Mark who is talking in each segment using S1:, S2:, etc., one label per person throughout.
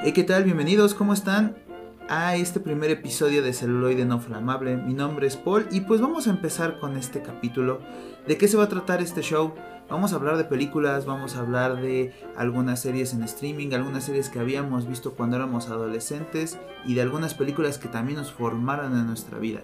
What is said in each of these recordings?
S1: ¿Qué tal? Bienvenidos, ¿cómo están? A este primer episodio de Celuloide No Flamable. Mi nombre es Paul y pues vamos a empezar con este capítulo. ¿De qué se va a tratar este show? Vamos a hablar de películas, vamos a hablar de algunas series en streaming, algunas series que habíamos visto cuando éramos adolescentes y de algunas películas que también nos formaron en nuestra vida.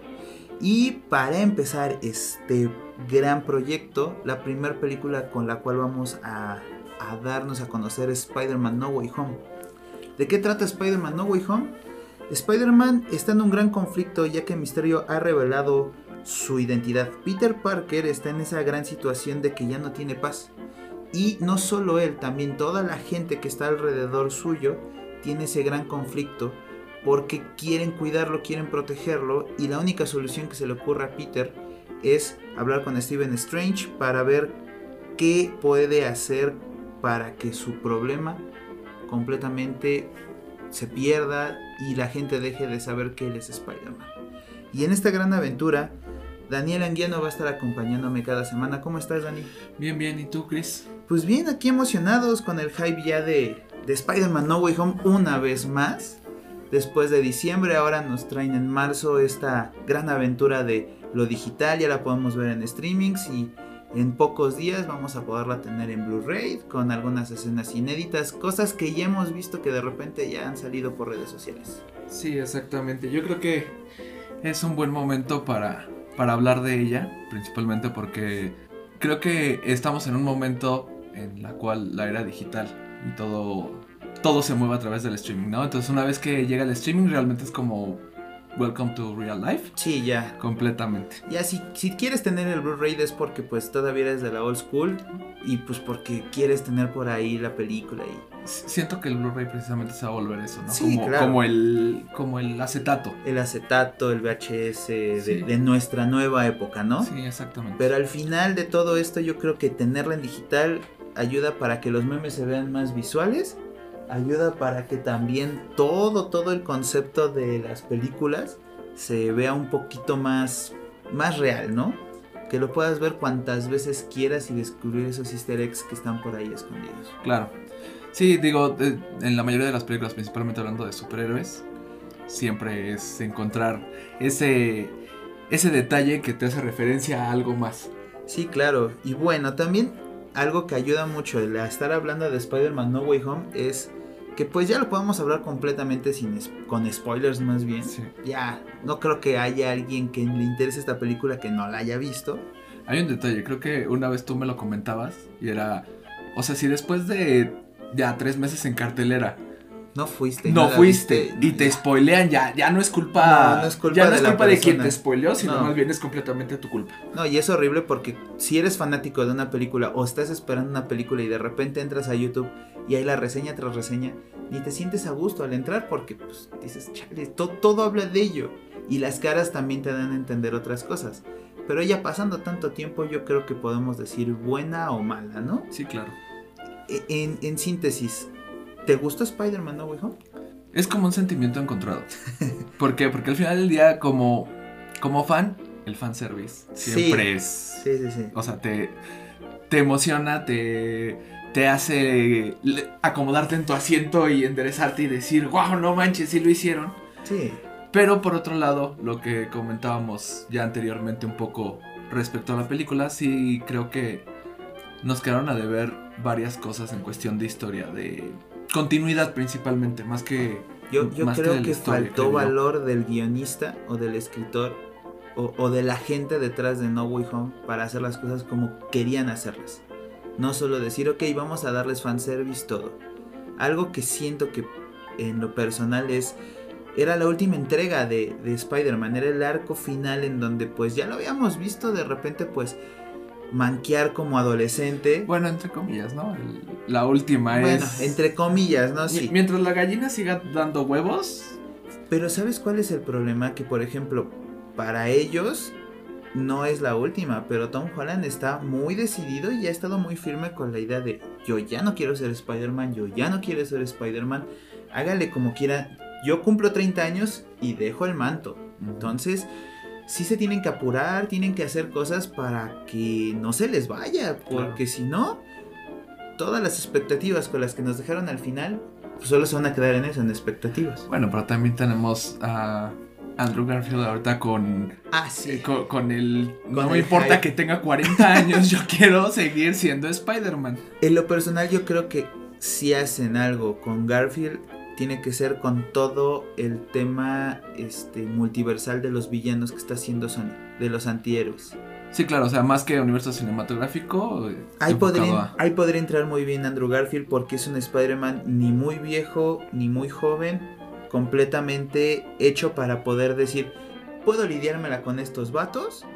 S1: Y para empezar este gran proyecto, la primera película con la cual vamos a darnos a conocer es Spider-Man No Way Home. ¿De qué trata Spider-Man No Way Home? Spider-Man está en un gran conflicto ya que Mysterio ha revelado su identidad. Peter Parker está en esa gran situación de que ya no tiene paz. Y no solo él, también toda la gente que está alrededor suyo tiene ese gran conflicto porque quieren cuidarlo, quieren protegerlo y la única solución que se le ocurre a Peter es hablar con Stephen Strange para ver qué puede hacer para que su problema completamente se pierda y la gente deje de saber que él es Spider-Man. Y en esta gran aventura, Daniel Anguiano va a estar acompañándome cada semana. ¿Cómo estás, Dani?
S2: Bien, ¿y tú, Chris?
S1: Pues bien, aquí emocionados con el hype ya de Spider-Man No Way Home una vez más. Después de diciembre, ahora nos traen en marzo esta gran aventura de lo digital, ya la podemos ver en streamings y en pocos días vamos a poderla tener en Blu-ray con algunas escenas inéditas, cosas que ya hemos visto que de repente ya han salido por redes sociales.
S2: Sí, exactamente. Yo creo que es un buen momento para hablar de ella, principalmente porque creo que estamos en un momento en la cual la era digital y todo se mueve a través del streaming, ¿no? Entonces una vez que llega el streaming realmente es como Welcome to Real Life.
S1: Sí, ya.
S2: Completamente.
S1: Ya, si quieres tener el Blu-ray es porque pues todavía eres de la old school y pues porque quieres tener por ahí la película y...
S2: Siento que el Blu-ray precisamente se va a volver eso, ¿no?
S1: Sí, claro.
S2: Como el acetato.
S1: El acetato, el VHS
S2: sí.
S1: de nuestra nueva época, ¿no?
S2: Sí, exactamente.
S1: Pero al final de todo esto yo creo que tenerla en digital ayuda para que los memes se vean más visuales. Ayuda para que también todo el concepto de las películas se vea un poquito más real, ¿no? Que lo puedas ver cuantas veces quieras y descubrir esos easter eggs que están por ahí escondidos.
S2: Claro. Sí, digo, en la mayoría de las películas, principalmente hablando de superhéroes, siempre es encontrar ese detalle que te hace referencia a algo más.
S1: Sí, claro. Y bueno, también algo que ayuda mucho a estar hablando de Spider-Man No Way Home es que pues ya lo podemos hablar completamente con spoilers más bien.
S2: Sí.
S1: Ya, no creo que haya alguien que le interese esta película que no la haya visto.
S2: Hay un detalle, creo que una vez tú me lo comentabas y era, o sea, si después de ya 3 meses en cartelera
S1: no fuiste
S2: y te spoilean, ya no es culpa.
S1: No es culpa
S2: ya no
S1: de
S2: es
S1: la
S2: culpa de quien
S1: persona.
S2: te spoileó, sino
S1: No.
S2: más bien es completamente tu culpa.
S1: No, y es horrible porque si eres fanático de una película o estás esperando una película y de repente entras a YouTube y hay la reseña tras reseña, ni te sientes a gusto al entrar porque pues dices, chale, todo habla de ello y las caras también te dan a entender otras cosas. Pero ya pasando tanto tiempo yo creo que podemos decir buena o mala, ¿no?
S2: Sí, claro.
S1: En síntesis, ¿te gustó Spider-Man No Way Home?
S2: Es como un sentimiento encontrado. ¿Por qué? Porque al final del día, como fan, el fanservice siempre es...
S1: Sí.
S2: O sea, te emociona, te hace acomodarte en tu asiento y enderezarte y decir, wow, no manches, sí lo hicieron.
S1: Sí.
S2: Pero por otro lado, lo que comentábamos ya anteriormente un poco respecto a la película, sí creo que nos quedaron a deber varias cosas en cuestión de historia, de continuidad principalmente, más que...
S1: Yo
S2: más
S1: creo que
S2: historia,
S1: faltó valor del guionista o del escritor o de la gente detrás de No Way Home para hacer las cosas como querían hacerlas. No solo decir, ok, vamos a darles fanservice todo. Algo que siento que en lo personal era la última entrega de Spider-Man, era el arco final en donde pues ya lo habíamos visto de repente pues manquear como adolescente.
S2: Bueno, entre comillas, ¿no? La última
S1: bueno,
S2: es...
S1: entre comillas, ¿no? Sí.
S2: Mientras la gallina siga dando huevos.
S1: Pero ¿sabes cuál es el problema? Que por ejemplo, para ellos no es la última, pero Tom Holland está muy decidido y ha estado muy firme con la idea de yo ya no quiero ser Spider-Man, yo ya no quiero ser Spider-Man, hágale como quiera, yo cumplo 30 años y dejo el manto. Entonces, sí se tienen que apurar, tienen que hacer cosas para que no se les vaya, porque si no, todas las expectativas con las que nos dejaron al final pues solo se van a quedar en eso, en expectativas.
S2: Bueno, pero también tenemos a Andrew Garfield ahorita con el...
S1: Con
S2: no me
S1: el
S2: importa
S1: hype.
S2: que tenga 40 años, yo quiero seguir siendo Spider-Man.
S1: En lo personal yo creo que si hacen algo con Garfield, tiene que ser con todo el tema multiversal de los villanos que está haciendo Sony, de los antihéroes.
S2: Sí, claro, o sea, más que universo cinematográfico.
S1: Ahí podría entrar muy bien Andrew Garfield porque es un Spider-Man ni muy viejo ni muy joven, completamente hecho para poder decir, puedo lidiármela con estos vatos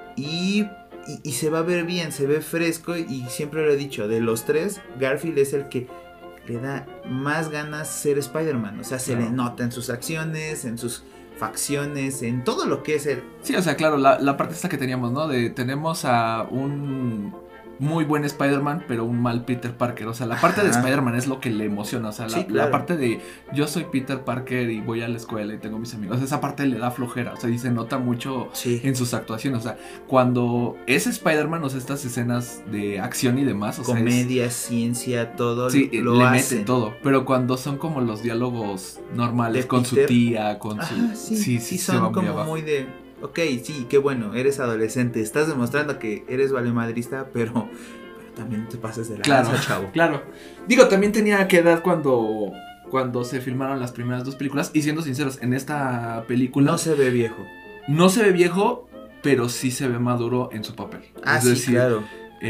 S1: y se va a ver bien, se ve fresco, y siempre lo he dicho, de los tres, Garfield es el que le da más ganas ser Spider-Man, o sea, se le nota en sus acciones, en sus facciones, en todo lo que es él.
S2: Sí, o sea, claro, la parte esta que teníamos, ¿no? Tenemos a un muy buen Spider-Man, pero un mal Peter Parker. O sea, la parte de Spider-Man es lo que le emociona. O sea,
S1: Sí,
S2: la parte de yo soy Peter Parker y voy a la escuela y tengo mis amigos. Esa parte le da flojera. O sea, y se nota mucho en sus actuaciones. O sea, cuando es Spider-Man, o sea, estas escenas de acción y demás. O
S1: comedia, ciencia, todo
S2: sí,
S1: lo
S2: le
S1: hacen.
S2: mete todo. Pero cuando son como los diálogos normales
S1: de
S2: con
S1: Peter,
S2: su tía, con su...
S1: Sí, son como muy de... Ok, sí, qué bueno, eres adolescente, estás demostrando que eres valemadrista, pero también te pasas de la lanza, chavo.
S2: Claro. Digo, también tenía que edad cuando se filmaron las primeras dos películas. Y siendo sinceros, en esta película
S1: no se ve viejo.
S2: No se ve viejo, pero sí se ve maduro en su papel.
S1: Es decir, claro.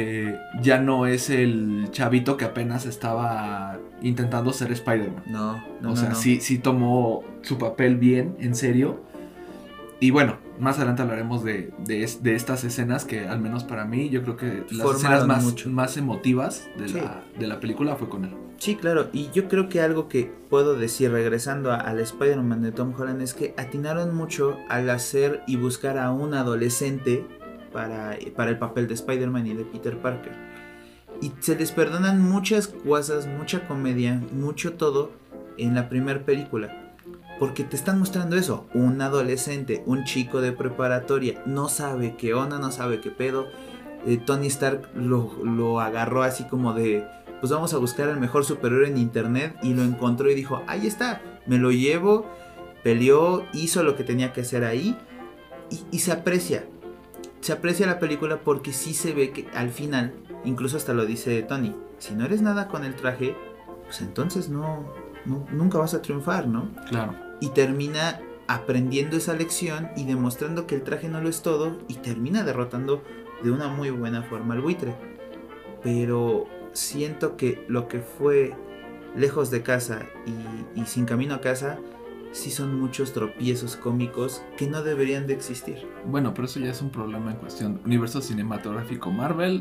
S2: Ya no es el chavito que apenas estaba intentando ser Spider-Man.
S1: No.
S2: O sea, sí tomó su papel bien, en serio. Y bueno, más adelante hablaremos de estas escenas que, al menos para mí, yo creo que las escenas más emotivas de la película fue con él.
S1: Sí, claro, y yo creo que algo que puedo decir regresando al Spider-Man de Tom Holland es que atinaron mucho al hacer y buscar a un adolescente para el papel de Spider-Man y de Peter Parker. Y se les perdonan muchas cosas, mucha comedia, mucho todo en la primera película. Porque te están mostrando eso, un adolescente, un chico de preparatoria, no sabe qué onda, no sabe qué pedo. Tony Stark lo agarró así como de, pues vamos a buscar al mejor superhéroe en internet, y lo encontró y dijo, ahí está, me lo llevo, peleó, hizo lo que tenía que hacer ahí, y se aprecia la película porque sí se ve que al final, incluso hasta lo dice Tony, si no eres nada con el traje, pues entonces nunca vas a triunfar, ¿no?
S2: Claro.
S1: Y termina aprendiendo esa lección y demostrando que el traje no lo es todo, y termina derrotando de una muy buena forma al buitre. Pero siento que lo que fue Lejos de Casa y Sin Camino a Casa sí son muchos tropiezos cómicos que no deberían de existir.
S2: Bueno, pero eso ya es un problema en cuestión. Universo cinematográfico Marvel,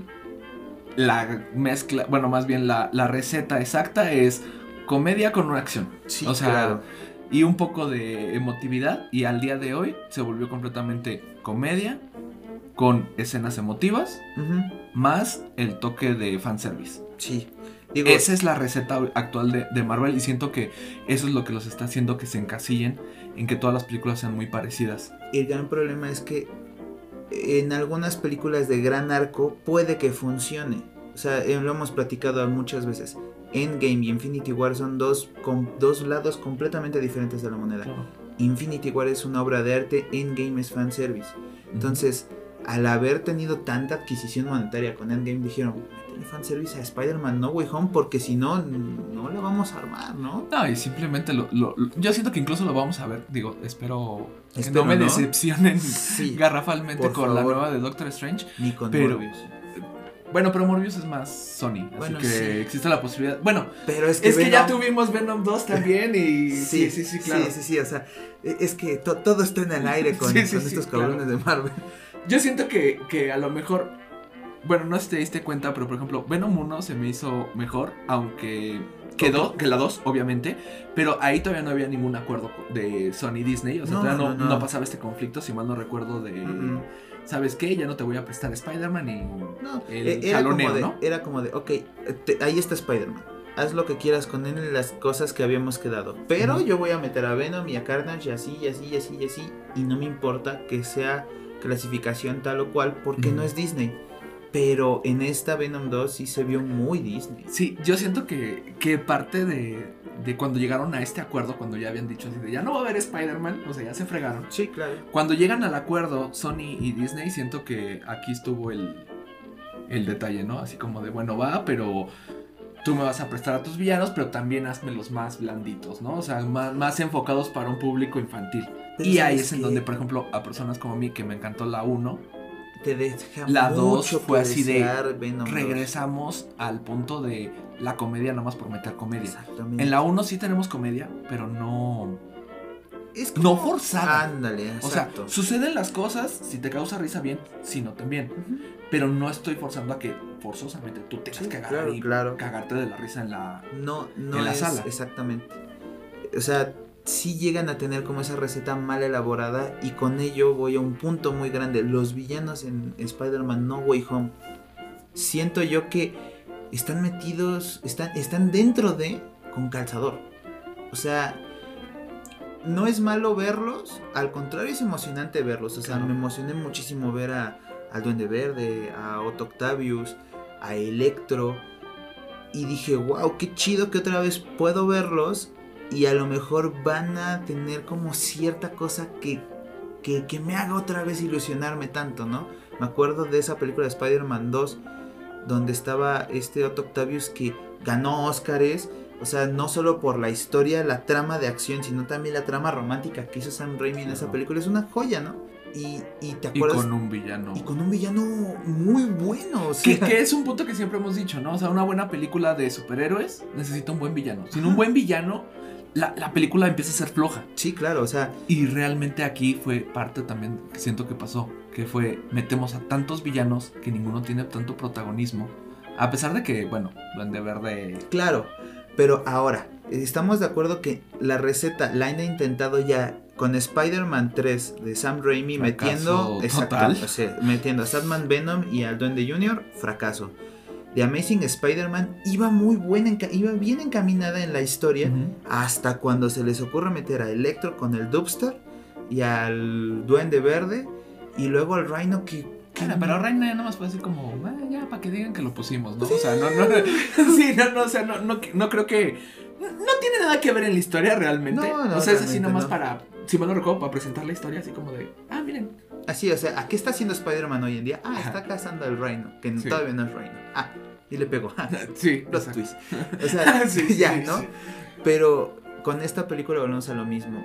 S2: la mezcla, bueno, más bien la receta exacta es comedia con una acción.
S1: Sí,
S2: o sea,
S1: claro.
S2: Y un poco de emotividad, y al día de hoy se volvió completamente comedia con escenas emotivas, más el toque de fanservice.
S1: Sí.
S2: Esa es la receta actual de Marvel, y siento que eso es lo que los está haciendo que se encasillen en que todas las películas sean muy parecidas.
S1: El gran problema es que en algunas películas de gran arco puede que funcione. O sea, lo hemos platicado muchas veces. Endgame y Infinity War son dos lados completamente diferentes de la moneda. Claro. Infinity War es una obra de arte, Endgame es fanservice. Entonces, al haber tenido tanta adquisición monetaria con Endgame, dijeron, métele fanservice a Spider-Man No Way Home, porque si no lo vamos a armar, ¿no?
S2: No, y simplemente yo siento que incluso lo vamos a ver. Digo, espero que no me decepcionen garrafalmente con favor. La nueva de Doctor Strange.
S1: Ni con Morbius.
S2: Bueno, pero Morbius es más Sony,
S1: bueno,
S2: así que existe la posibilidad. Bueno,
S1: pero es
S2: que ya tuvimos Venom 2 también y...
S1: sí, claro. Sí, o sea, es que todo está en el aire con estos cabrones de Marvel.
S2: Yo siento que a lo mejor, bueno, no sé si te diste cuenta, pero por ejemplo, Venom 1 se me hizo mejor, aunque quedó, que la 2, obviamente, pero ahí todavía no había ningún acuerdo de Sony Disney, o sea, todavía no pasaba este conflicto, si mal no recuerdo, de... ¿Sabes qué? Ya no te voy a prestar Spider-Man y el jaloneo, ¿no?
S1: Era como de, ok, ahí está Spider-Man. Haz lo que quieras con él en las cosas que habíamos quedado. Pero yo voy a meter a Venom y a Carnage y así. Y no me importa que sea clasificación tal o cual porque no es Disney. Pero en esta Venom 2 sí se vio muy Disney.
S2: Sí, yo siento que parte de cuando llegaron a este acuerdo, cuando ya habían dicho así de ya no va a haber Spider-Man, o sea, ya se fregaron.
S1: Sí, claro.
S2: Cuando llegan al acuerdo Sony y Disney, siento que aquí estuvo el detalle, ¿no? Así como de, bueno, va, pero tú me vas a prestar a tus villanos, pero también hazme los más blanditos, ¿no? O sea, más enfocados para un público infantil.
S1: Pero
S2: y ahí
S1: ¿sabes
S2: es en
S1: qué?
S2: donde, por ejemplo, a personas como a mí, que me encantó la 1,
S1: Te deja
S2: la
S1: mucho
S2: 2 fue
S1: que
S2: así
S1: desear
S2: de
S1: Venom 2.
S2: regresamos al punto de la comedia nomás por meter comedia.
S1: Exactamente.
S2: En la 1 sí tenemos comedia, pero no
S1: es
S2: no forzada.
S1: Ándale,
S2: O sea,
S1: exacto.
S2: suceden las cosas, si te causa risa bien, si no también.
S1: Ujú.
S2: Pero no estoy forzando a que forzosamente tú tengas
S1: Sí,
S2: que agarrar y
S1: claro.
S2: cagarte de la risa en la...
S1: No
S2: en la
S1: es
S2: sala.
S1: exactamente. O sea, sí llegan a tener como esa receta mal elaborada, y con ello voy a un punto muy grande. Los villanos en Spider-Man No Way Home, siento yo que están metidos, están dentro de con calzador. O sea, no es malo verlos, al contrario es emocionante verlos. O sea,
S2: Claro.
S1: me emocioné muchísimo ver al Duende Verde, a Otto Octavius, a Electro, y dije, wow, qué chido que otra vez puedo verlos, y a lo mejor van a tener como cierta cosa que me haga otra vez ilusionarme tanto, ¿no? Me acuerdo de esa película de Spider-Man 2, donde estaba Otto Octavius, que ganó Óscares. O sea, no solo por la historia, la trama de acción, sino también la trama romántica que hizo Sam Raimi en esa película. Es una joya, ¿no? Y te
S2: Y
S1: acuerdas...
S2: con un villano.
S1: Y con un villano muy bueno, o sea...
S2: Que es un punto que siempre hemos dicho, ¿no? O sea, una buena película de superhéroes necesita un buen villano. Sin un buen villano, la película empieza a ser floja.
S1: Sí, claro, o sea...
S2: Y realmente aquí fue parte también que siento que pasó, que fue, metemos a tantos villanos que ninguno tiene tanto protagonismo. A pesar de que, bueno, Duende Verde...
S1: Claro, pero ahora, estamos de acuerdo que la receta la han intentado ya con Spider-Man 3 de Sam Raimi,
S2: Fracaso
S1: metiendo...
S2: total.
S1: Exacto, o sea, metiendo a Sandman, Venom y al Duende Jr., fracaso. The Amazing Spider-Man iba iba bien encaminada en la historia, hasta cuando se les ocurre meter a Electro con el Dubster y al Duende Verde, y luego al Rhino que...
S2: Claro, pero Reina nada más fue así como, ya, para que digan que lo pusimos, ¿no? O sea, no, sí, o sea, no creo que, no tiene nada que ver en la historia realmente.
S1: No,
S2: o sea, es así
S1: realmente
S2: nomás
S1: no.
S2: para, si mal no recuerdo, para presentar la historia, así como de, miren.
S1: Así, o sea, ¿a qué está haciendo Spider-Man hoy en día?
S2: Ajá.
S1: Está cazando al Rhino, que
S2: Sí.
S1: todavía no es Rhino. Y le pegó.
S2: Sí,
S1: Plot
S2: exacto.
S1: twist. O sea,
S2: Sí,
S1: ya,
S2: sí,
S1: ¿no?
S2: sí.
S1: Pero con esta película volvemos a lo mismo.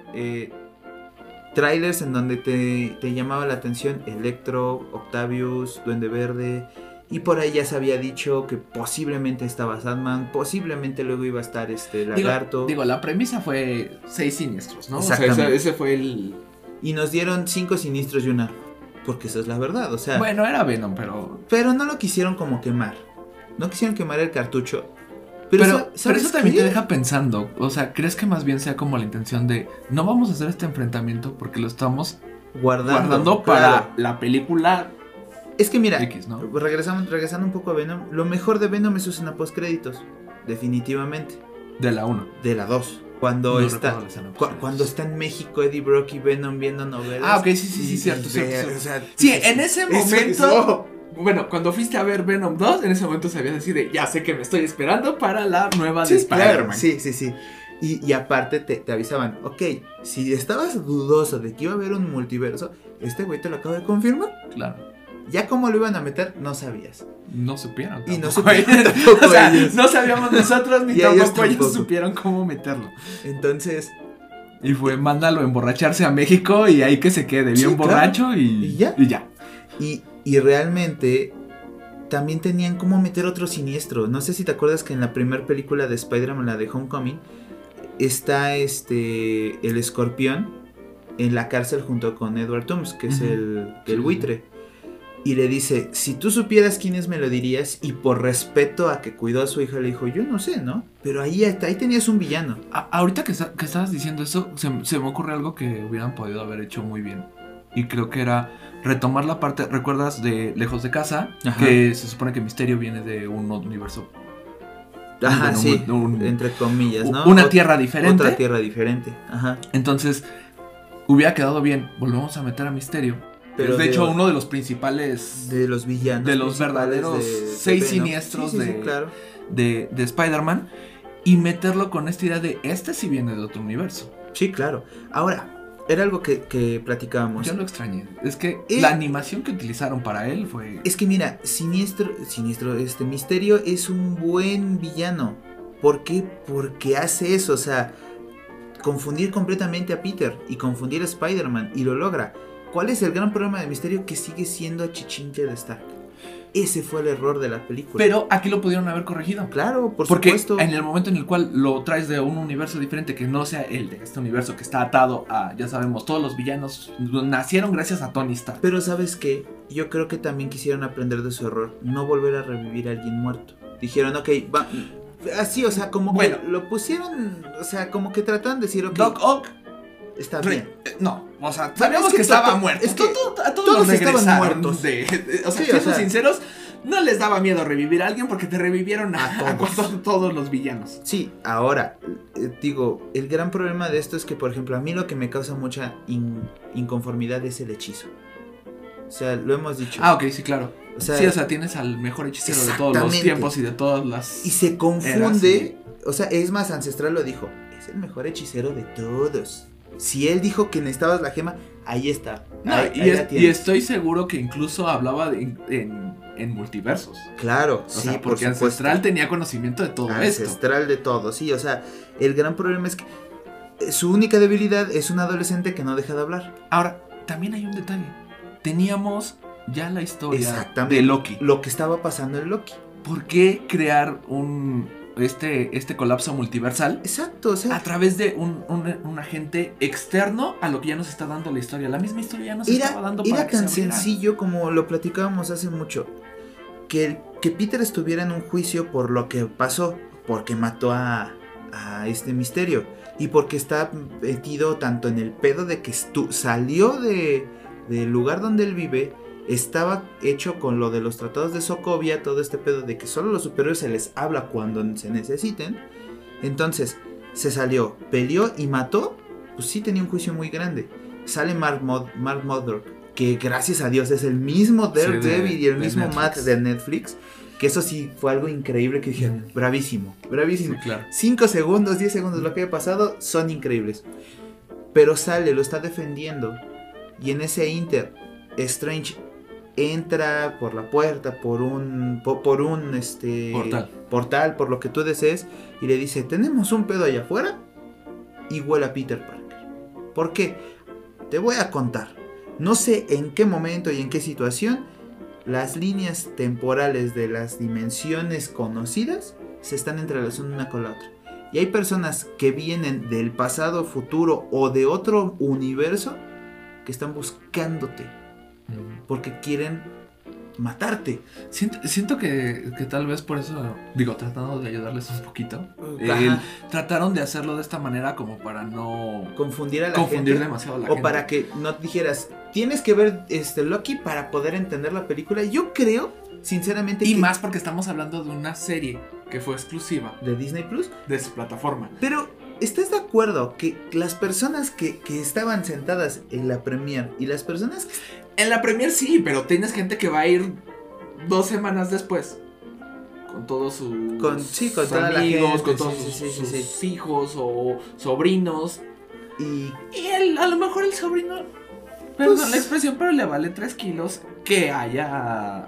S1: Trailers en donde te llamaba la atención Electro, Octavius, Duende Verde, y por ahí ya se había dicho que posiblemente estaba Sandman, posiblemente luego iba a estar Lagarto.
S2: Digo, la premisa fue 6 siniestros, ¿no?
S1: Exactamente.
S2: O sea, ese fue el...
S1: Y nos dieron 5 siniestros y un arco, porque esa es la verdad, o sea...
S2: Bueno, era Venom, pero...
S1: Pero no lo quisieron como quemar. No quisieron quemar el cartucho.
S2: Pero
S1: ¿sabes
S2: eso también
S1: qué?
S2: te deja pensando. O sea, ¿crees que más bien sea como la intención de no vamos a hacer este enfrentamiento porque lo estamos guardando para
S1: claro.
S2: la película
S1: Es que mira,
S2: X, ¿no?
S1: regresando un poco a Venom, lo mejor de Venom es su escena post créditos, definitivamente.
S2: De la 1.
S1: De la 2. Cuando
S2: No
S1: está
S2: recuerdo la escena post-créditos.
S1: cuando está en México Eddie Brock y Venom viendo novelas.
S2: Ah, ok, sí, cierto.
S1: O sea,
S2: Sí, en ese
S1: eso
S2: momento...
S1: hizo.
S2: Bueno, cuando fuiste a ver Venom 2, en ese momento sabías decir de ya sé que me estoy esperando para la nueva de
S1: Sí, claro,
S2: Spider-Man.
S1: sí. Y aparte te avisaban, ok, si estabas dudoso de que iba a haber un multiverso, este güey te lo acaba de confirmar.
S2: Claro.
S1: Ya cómo lo iban a meter, no sabías.
S2: No supieron.
S1: Y no
S2: tampoco
S1: supieron tampoco
S2: o sea,
S1: ellos.
S2: no sabíamos nosotros ni
S1: Y ellos
S2: tampoco ellos
S1: tampoco.
S2: supieron cómo meterlo.
S1: Entonces,
S2: Y fue, mándalo a emborracharse a México y ahí que se quede bien
S1: Sí, claro.
S2: borracho
S1: Y ya. Y realmente también tenían cómo meter otro siniestro. No sé si te acuerdas que en la primera película de Spider-Man, la de Homecoming, está el escorpión en la cárcel junto con Edward Toomes, que es el buitre. Y le dice, si tú supieras quién es me lo dirías. Y por respeto a que cuidó a su hija le dijo, yo no sé, ¿no? Pero ahí tenías un villano.
S2: Ahorita que estabas diciendo eso, se me ocurre algo que hubieran podido haber hecho muy bien. Y creo que era retomar la parte, ¿recuerdas de Lejos de Casa?
S1: Ajá.
S2: Que se supone que Misterio viene de un universo.
S1: Ajá,
S2: bueno,
S1: sí,
S2: un-
S1: entre comillas, ¿no?
S2: Una tierra diferente.
S1: Otra tierra diferente, ajá.
S2: Entonces, hubiera quedado bien, volvemos a meter a Misterio.
S1: Pero
S2: de hecho, uno de los principales...
S1: De los villanos.
S2: De los verdaderos 6 siniestros
S1: claro.
S2: de Spider-Man. Y meterlo con esta idea de este sí viene de otro universo.
S1: Sí, claro. Ahora, era algo que platicábamos.
S2: Yo lo extrañé. Es que la animación que utilizaron para él fue...
S1: Es que mira, Misterio es un buen villano. ¿Por qué? Porque hace eso, o sea, confundir completamente a Peter y confundir a Spider-Man, y lo logra. ¿Cuál es el gran problema de Misterio? Que sigue siendo achichincle de Stark. Ese fue el error de la película.
S2: Pero aquí lo pudieron haber corregido.
S1: Claro,
S2: porque
S1: supuesto.
S2: En el momento en el cual lo traes de un universo diferente, que no sea el de este universo, que está atado a, ya sabemos, todos los villanos nacieron gracias a Tony Stark.
S1: Pero ¿sabes qué? Yo creo que también quisieron aprender de su error. No volver a revivir a alguien muerto. Dijeron, ok, va... Así, o sea, como que lo pusieron... O sea, como que trataron de decir, ok...
S2: Doc Ock
S1: está bien.
S2: No, o sea, sabemos que estaba muerto.
S1: Es que
S2: a todos los
S1: estaban muertos.
S2: O sea, siendo sinceros, no les daba miedo revivir a alguien porque te revivieron a todos los villanos.
S1: Sí, ahora, digo, el gran problema de esto es que, por ejemplo, a mí lo que me causa mucha inconformidad es el hechizo. O sea, lo hemos dicho.
S2: Ah, ok, sí, claro.
S1: O sea,
S2: sí, o sea, tienes al mejor hechicero de todos los tiempos y de todas las...
S1: Y se confunde, o sea, es más, Ancestral lo dijo, es el mejor hechicero de todos. Si él dijo que necesitabas la gema, ahí está.
S2: No, y estoy seguro que incluso hablaba en multiversos.
S1: Claro,
S2: o sea, porque Ancestral tenía conocimiento de todo esto.
S1: Ancestral de todo, sí, o sea, el gran problema es que su única debilidad es un adolescente que no deja de hablar.
S2: Ahora, también hay un detalle. Teníamos ya la historia de Loki.
S1: Lo que estaba pasando en Loki.
S2: ¿Por qué crear este colapso multiversal?
S1: Exacto, o sea,
S2: a través de un agente externo a lo que ya nos está dando la historia. La misma historia ya nos estaba dando para que
S1: era tan sencillo como lo platicábamos hace mucho. Que Peter estuviera en un juicio por lo que pasó, porque mató a este Misterio, y porque está metido tanto en el pedo de que salió del lugar donde él vive. Estaba hecho con lo de los tratados de Sokovia, todo este pedo de que solo los superiores se les habla cuando se necesiten. Entonces, se salió, peleó y mató. Pues sí tenía un juicio muy grande. Sale Mark Murdock, que gracias a Dios es el mismo Daredevil y el mismo
S2: Netflix.
S1: Matt de Netflix. Que eso sí fue algo increíble que dije, bravísimo.
S2: Sí, claro.
S1: 5 segundos, 10 segundos, lo que haya pasado son increíbles. Pero sale, lo está defendiendo. Y en ese inter, Strange entra por la puerta, por un portal, por lo que tú desees, y le dice, tenemos un pedo allá afuera, y huele a Peter Parker. ¿Por qué? Te voy a contar. No sé en qué momento y en qué situación las líneas temporales de las dimensiones conocidas se están entrelazando una con la otra. Y hay personas que vienen del pasado, futuro o de otro universo que están buscándote porque quieren matarte.
S2: Siento que tal vez por eso, digo, tratando de ayudarles un poquito, trataron de hacerlo de esta manera como para no
S1: confundir a la gente,
S2: demasiado a la gente.
S1: O para que no dijeras, tienes que ver Loki para poder entender la película. Yo creo, sinceramente,
S2: y más porque estamos hablando de una serie que fue exclusiva
S1: de Disney Plus,
S2: de su plataforma.
S1: Pero ¿estás de acuerdo que las personas que estaban sentadas en la premiere y las personas que...
S2: En la premiere sí, pero tienes gente que va a ir 2 semanas después con todos sus
S1: con toda amigos, la gente,
S2: con todos sus hijos o sobrinos.
S1: Y
S2: a lo mejor el sobrino, perdón la expresión, pero le vale 3 kilos que haya...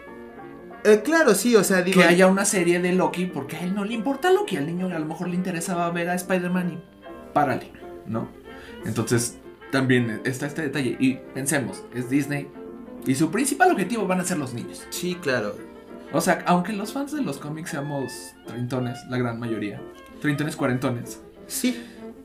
S1: claro, sí, o sea, digo...
S2: Que haya una serie de Loki, porque a él no le importa Loki, al niño a lo mejor le interesaba ver a Spider-Man y párale, ¿no? Entonces, también está este detalle. Y pensemos, es Disney y su principal objetivo van a ser los niños.
S1: Sí, claro.
S2: O sea, aunque los fans de los cómics seamos treintones, la gran mayoría, treintones, cuarentones.
S1: Sí.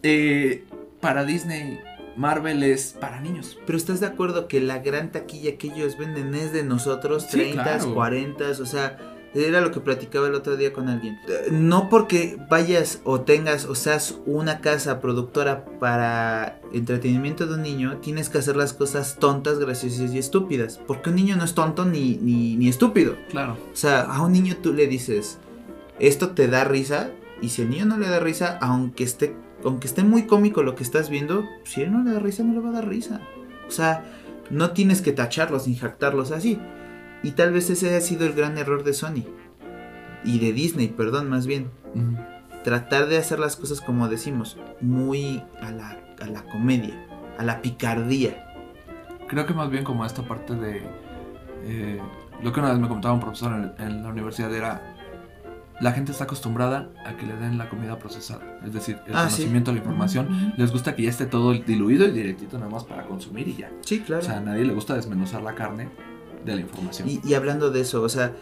S2: Para Disney... Marvel es para niños.
S1: Pero ¿estás de acuerdo que la gran taquilla que ellos venden es de nosotros? 30, claro. 40, o sea, era lo que platicaba el otro día con alguien. No porque vayas o tengas o seas una casa productora para entretenimiento de un niño, tienes que hacer las cosas tontas, graciosas y estúpidas. Porque un niño no es tonto ni estúpido.
S2: Claro.
S1: O sea, a un niño tú le dices, esto te da risa, y si el niño no le da risa, aunque esté muy cómico lo que estás viendo, si él no le da risa, no le va a dar risa. O sea, no tienes que tacharlos ni jactarlos así. Y tal vez ese haya sido el gran error de Sony. Y de Disney, perdón, más bien. Tratar de hacer las cosas como decimos, muy a la comedia, a la picardía.
S2: Creo que más bien como esta parte de... lo que una vez me comentaba un profesor en la universidad era... La gente está acostumbrada a que le den la comida procesada. Es decir, el conocimiento, la información. Les gusta que ya esté todo diluido y directito nada más para consumir y ya.
S1: Sí, claro.
S2: O sea, a nadie le gusta desmenuzar la carne de la información.
S1: Y hablando de eso, o sea,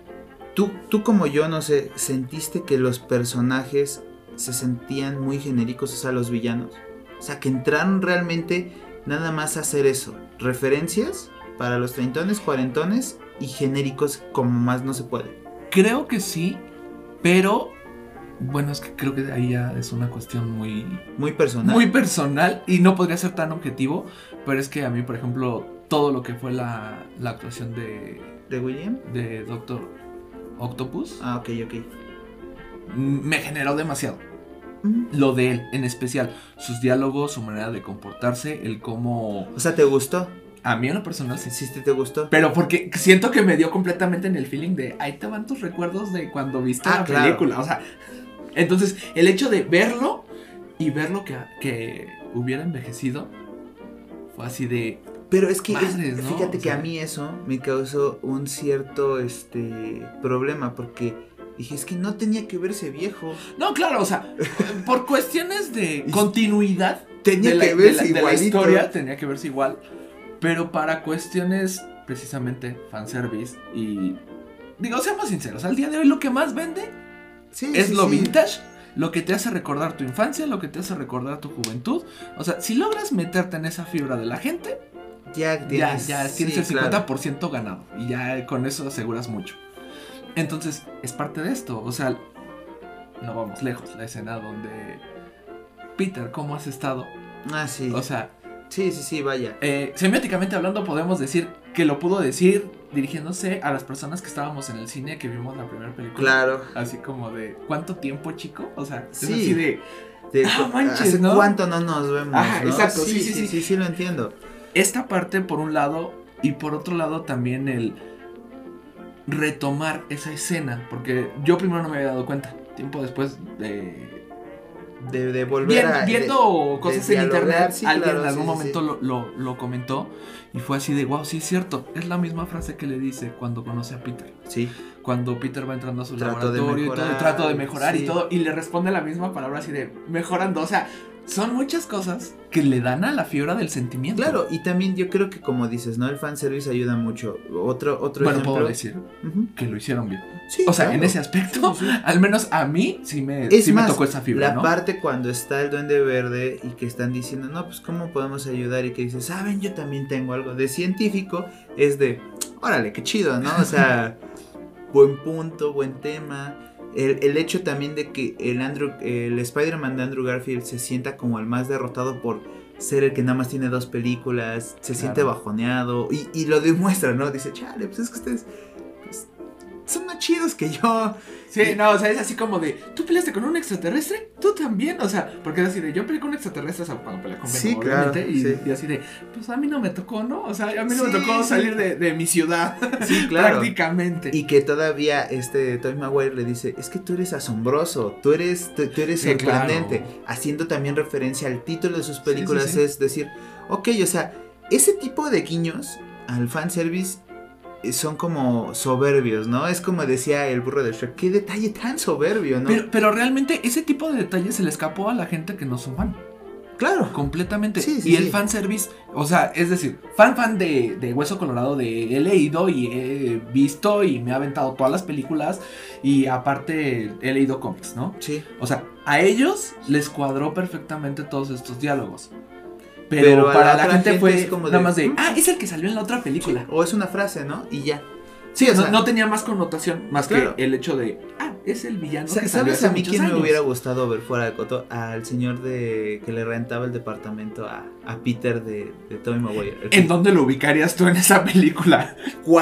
S1: tú como yo, no sé, ¿sentiste que los personajes se sentían muy genéricos, o sea, los villanos? O sea, que entraron realmente nada más a hacer eso. Referencias para los treintones, cuarentones y genéricos como más no se puede.
S2: Creo que sí. Pero, bueno, es que creo que ahí ya es una cuestión muy
S1: personal.
S2: Muy personal y no podría ser tan objetivo. Pero es que a mí, por ejemplo, todo lo que fue la actuación
S1: ¿De William?
S2: De Doctor Octopus.
S1: Ah, ok.
S2: Me generó demasiado. Lo de él, en especial. Sus diálogos, su manera de comportarse, el cómo...
S1: O sea, ¿te gustó?
S2: A mí en lo personal sí.
S1: Sí, te gustó.
S2: Pero porque siento que me dio completamente en el feeling de ahí te van tus recuerdos de cuando viste la película. O sea, entonces el hecho de verlo y verlo que hubiera envejecido fue así de...
S1: Pero es que
S2: madres, ¿no?
S1: Fíjate que a mí eso me causó un cierto problema porque dije, es que no tenía que verse viejo.
S2: No, claro, o sea, por cuestiones de continuidad
S1: tenía que verse igualito.
S2: De la historia tenía que verse igual. Pero para cuestiones, precisamente, fanservice y... Digo, seamos sinceros, al día de hoy lo que más vende es lo vintage, lo que te hace recordar tu infancia, lo que te hace recordar tu juventud. O sea, si logras meterte en esa fibra de la gente, ya tienes el 50% ganado. Y ya con eso aseguras mucho. Entonces, es parte de esto. O sea, no vamos lejos. La escena donde... Peter, ¿cómo has estado?
S1: Ah, sí.
S2: O sea...
S1: Sí, vaya.
S2: Semióticamente hablando, podemos decir que lo pudo decir dirigiéndose a las personas que estábamos en el cine que vimos la primera película.
S1: Claro.
S2: Así como de, ¿cuánto tiempo, chico? O sea,
S1: sí.
S2: Es así de manches,
S1: ¿hace
S2: ¿no?
S1: cuánto no nos vemos?
S2: Ajá,
S1: ¿no?
S2: Exacto,
S1: sí, lo entiendo.
S2: Esta parte por un lado, y por otro lado también el retomar esa escena, porque yo primero no me había dado cuenta. Tiempo después de volver viendo cosas en internet, sí, alguien en algún momento lo comentó y fue así de wow, sí es cierto, es la misma frase que le dice cuando conoce a Peter.
S1: Sí.
S2: Cuando Peter va entrando a su laboratorio y todo, y trato de mejorar y todo, y le responde la misma palabra así de mejorando, o sea, son muchas cosas que le dan a la fibra del sentimiento.
S1: Claro, y también yo creo que como dices, ¿no? El fanservice ayuda mucho. Otro
S2: bueno,
S1: ejemplo.
S2: Puedo decir que lo hicieron bien.
S1: Sí,
S2: o sea,
S1: claro.
S2: En ese aspecto, al menos a mí sí me tocó esa fibra,
S1: la
S2: ¿no?
S1: parte cuando está el Duende Verde y que están diciendo, no, pues ¿cómo podemos ayudar? Y que dice, ¿saben? Yo también tengo algo de científico. Es de, órale, qué chido, ¿no? O sea, buen punto, buen tema. El hecho también de que el Spider-Man de Andrew Garfield se sienta como el más derrotado por ser el que nada más tiene 2 películas, se siente bajoneado y lo demuestra, ¿no? Dice, chale, pues es que ustedes pues, son más chidos que yo.
S2: Sí, no, o sea, es así como de, ¿tú peleaste con un extraterrestre? ¿Tú también? O sea, porque es así de, yo peleé con un extraterrestre, o sea, cuando peleé con Venom, obviamente, y así de, pues a mí no me tocó, ¿no? O sea, a mí no me tocó salir de mi ciudad.
S1: Sí, claro.
S2: Prácticamente.
S1: Y que todavía Tobey Maguire le dice, es que tú eres asombroso, tú eres sorprendente. Claro. Haciendo también referencia al título de sus películas, es decir, ok, o sea, ese tipo de guiños al fanservice son como soberbios, ¿no? Es como decía el burro de Shrek, qué detalle tan soberbio, ¿no?
S2: Pero realmente ese tipo de detalles se le escapó a la gente que no son fan.
S1: Claro.
S2: Completamente. Y el fanservice, o sea, es decir, fan de Hueso Colorado, he leído y he visto y me ha aventado todas las películas y aparte he leído cómics, ¿no?
S1: Sí.
S2: O sea, a ellos les cuadró perfectamente todos estos diálogos. Pero para la gente fue como nada más de, es el que salió en la otra película.
S1: Sí, o es una frase, ¿no? Y ya.
S2: Sí, o sea, no tenía más connotación, más que el hecho de, es el villano que salió hace
S1: ¿Sabes a mí quién
S2: años?
S1: me hubiera gustado ver fuera de coto? Al señor que le rentaba el departamento a Peter de Tobey Maguire.
S2: ¿En dónde lo ubicarías tú en esa película?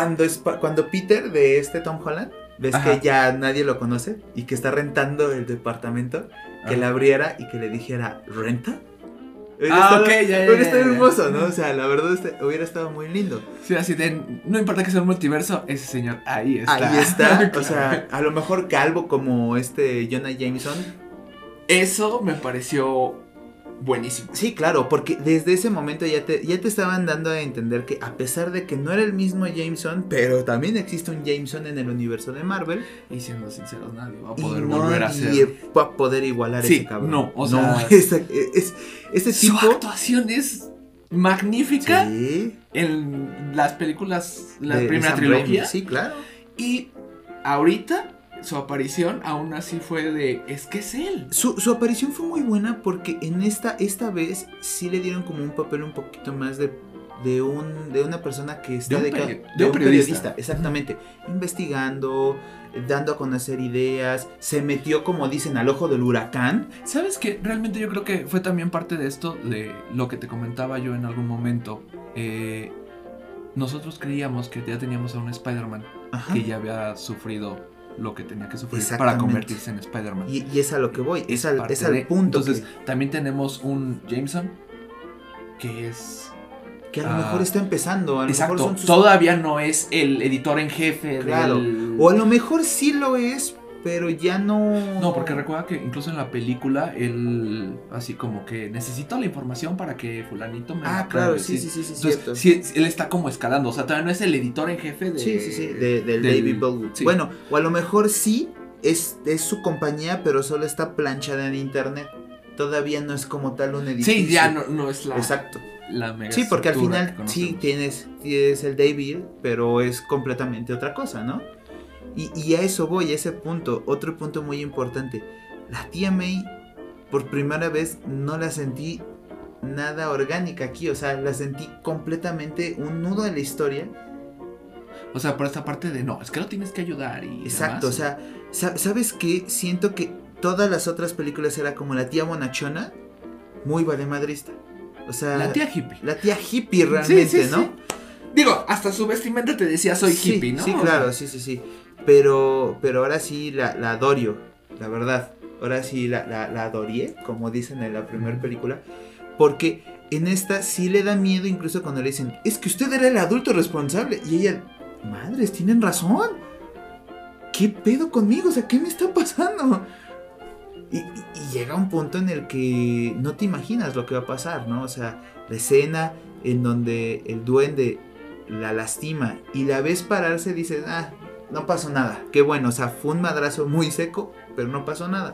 S1: Cuando Peter de Tom Holland, ves que ya nadie lo conoce y que está rentando el departamento, que le abriera y que le dijera, ¿renta? Hubiera estado hermoso, ¿no? O sea, la verdad hubiera estado muy lindo.
S2: Sí, así de, no importa que sea un multiverso, ese señor ahí está.
S1: Ahí está,
S2: Claro.
S1: o sea, a lo mejor calvo como Jonah Jameson.
S2: Eso me pareció buenísimo.
S1: Sí, claro, porque desde ese momento ya te estaban dando a entender que a pesar de que no era el mismo Jameson, pero también existe un Jameson en el universo de Marvel.
S2: Y siendo sinceros, nadie va a poder volver a ser.
S1: Nadie va a poder igualar ese cabrón.
S2: No, o sea,
S1: ese
S2: su
S1: tipo.
S2: actuación es magnífica.
S1: Sí.
S2: En las películas, la
S1: de
S2: primera
S1: Sam
S2: trilogía.
S1: Raimi. Sí, claro.
S2: Y ahorita su aparición aún así fue de, es que es él.
S1: Su aparición fue muy buena porque en esta vez sí le dieron como un papel un poquito más de una persona que está
S2: de
S1: un
S2: periodista.
S1: Exactamente, investigando, dando a conocer ideas, se metió, como dicen, al ojo del huracán.
S2: ¿Sabes qué? Realmente yo creo que fue también parte de esto, de lo que te comentaba yo en algún momento. Nosotros creíamos que ya teníamos a un Spider-Man que ya había sufrido lo que tenía que sufrir para convertirse en Spider-Man.
S1: Y es a lo que voy, es al punto.
S2: Entonces, también tenemos un Jameson que es...
S1: que a lo mejor está empezando. A lo
S2: exacto,
S1: mejor son
S2: todavía no es el editor en jefe.
S1: Claro, o a lo mejor sí lo es, pero ya no...
S2: No, porque recuerda que incluso en la película él así como que necesito la información para que fulanito me...
S1: claro, sí,
S2: entonces,
S1: cierto.
S2: Sí, él está como escalando, o sea, todavía no es el editor en jefe de...
S1: Sí, del David Bellwood. Sí. Bueno, o a lo mejor sí es su compañía, pero solo está planchada en internet. Todavía no es como tal un edificio.
S2: Sí, ya no es la...
S1: Exacto.
S2: La mega
S1: sí, porque al final sí tienes el David, pero es completamente otra cosa, ¿no? Y a eso voy, a ese punto. Otro punto muy importante. La tía May, por primera vez, no la sentí nada orgánica aquí. O sea, la sentí completamente un nudo de la historia.
S2: O sea, por esta parte de no, es que lo tienes que ayudar y
S1: exacto,
S2: demás.
S1: O sea, ¿sabes qué? Siento que todas las otras películas era como la tía bonachona, muy valemadrista. O sea,
S2: la tía hippie.
S1: La tía hippie realmente,
S2: sí,
S1: ¿no?
S2: Sí. Digo, hasta su vestimenta te decía soy hippie, ¿no?
S1: Sí, claro, sí. Pero ahora sí la adorio, la verdad. Ahora sí la adorié, como dicen en la primera película. Porque en esta sí le da miedo, incluso cuando le dicen, es que usted era el adulto responsable. Y ella, madres, tienen razón. ¿Qué pedo conmigo? O sea, ¿qué me está pasando? Y llega un punto en el que no te imaginas lo que va a pasar, ¿no? O sea, la escena en donde el duende la lastima y la ves pararse, dices, no pasó nada. Qué bueno, o sea, fue un madrazo muy seco, pero no pasó nada.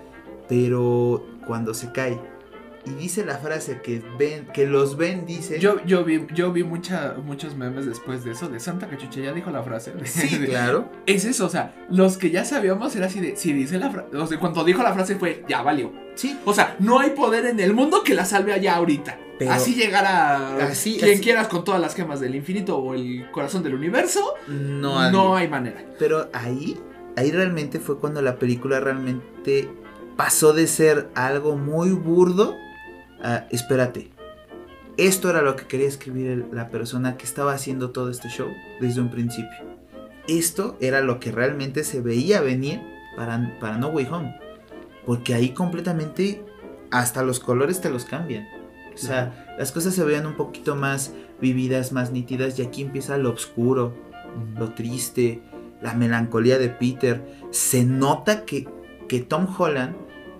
S1: Pero cuando se cae y dice la frase que los ven, dice...
S2: Yo vi muchos memes después de eso, de Santa Cachucha ya dijo la frase.
S1: Sí, claro.
S2: Es eso, o sea, los que ya sabíamos era así de, si dice la frase, o sea, cuando dijo la frase fue, ya valió.
S1: Sí.
S2: O sea, no hay poder en el mundo que la salve allá ahorita. Pero así llegará quien quieras con todas las gemas del infinito o el corazón del universo. No hay manera.
S1: Pero ahí realmente fue cuando la película realmente pasó de ser algo muy burdo a, espérate, esto era lo que quería escribir la persona que estaba haciendo todo este show desde un principio. Esto era lo que realmente se veía venir para No Way Home. Porque ahí completamente hasta los colores te los cambian. O sea, las cosas se veían un poquito más vividas, más nítidas. Y aquí empieza lo oscuro, lo triste, la melancolía de Peter. Se nota que Tom Holland,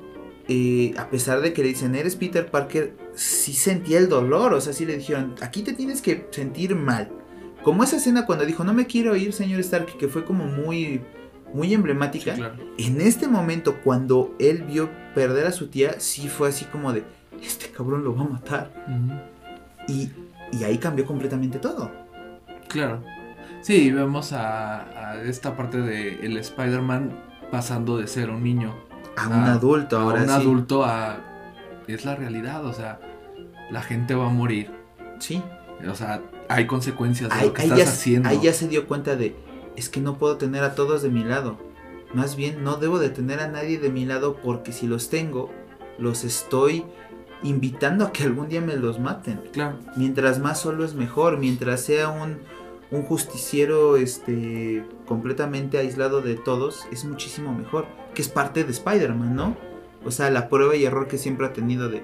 S1: a pesar de que le dicen, eres Peter Parker, sí sentía el dolor. O sea, sí le dijeron, aquí te tienes que sentir mal. Como esa escena cuando dijo, no me quiero ir, señor Stark, que fue como muy emblemática. Sí, claro. En este momento, cuando él vio perder a su tía, sí fue así como de, este cabrón lo va a matar. Y ahí cambió completamente todo.
S2: Claro. Sí, vemos a esta parte de el Spider-Man pasando de ser un niño
S1: a un adulto. Ahora
S2: un adulto es la realidad, o sea, la gente va a morir.
S1: Sí.
S2: O sea, hay consecuencias de lo que estás haciendo.
S1: Ahí ya se dio cuenta de, es que no puedo tener a todos de mi lado. Más bien, no debo de tener a nadie de mi lado, porque si los tengo, los estoy invitando a que algún día me los maten.
S2: Claro.
S1: Mientras más solo es mejor. Mientras sea un justiciero completamente aislado de todos, es muchísimo mejor. Que es parte de Spider-Man, ¿no? O sea, la prueba y error que siempre ha tenido de,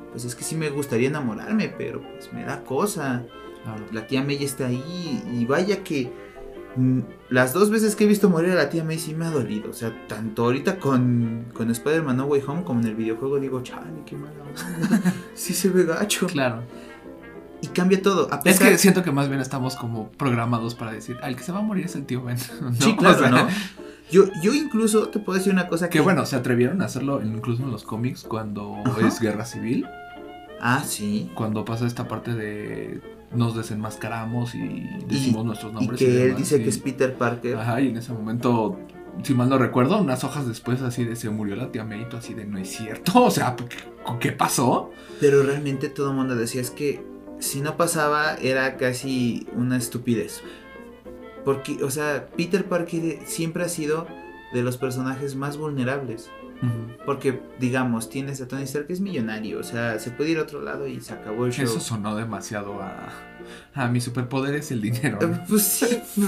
S1: pues es que sí me gustaría enamorarme, pero pues me da cosa.
S2: Claro.
S1: La tía May está ahí y vaya que las 2 veces que he visto morir a la tía May sí me ha dolido. O sea, tanto ahorita con Spider-Man No Way Home como en el videojuego digo, chale, qué mala onda. Sí se ve gacho.
S2: Claro.
S1: Y cambia todo.
S2: Es que siento que más bien estamos como programados para decir, el que se va a morir es el tío Ben. ¿No?
S1: Sí, claro,
S2: o sea,
S1: ¿no? Yo incluso te puedo decir una cosa
S2: que bueno, se atrevieron a hacerlo incluso en los cómics cuando es guerra civil.
S1: Ah, sí.
S2: Cuando pasa esta parte de nos desenmascaramos y decimos nuestros nombres.
S1: Y que él
S2: demás,
S1: dice que es Peter Parker.
S2: Ajá, y en ese momento, si mal no recuerdo, unas hojas después así de se murió la tía May, así de no es cierto. O sea, ¿qué pasó?
S1: Pero realmente todo el mundo decía es que si no pasaba era casi una estupidez. Porque, o sea, Peter Parker siempre ha sido de los personajes más vulnerables. Porque, digamos, tienes a Tony Stark que es millonario. O sea, se puede ir a otro lado y se acabó el show.
S2: Eso sonó demasiado a mi superpoder es el dinero, ¿no?
S1: Pues sí.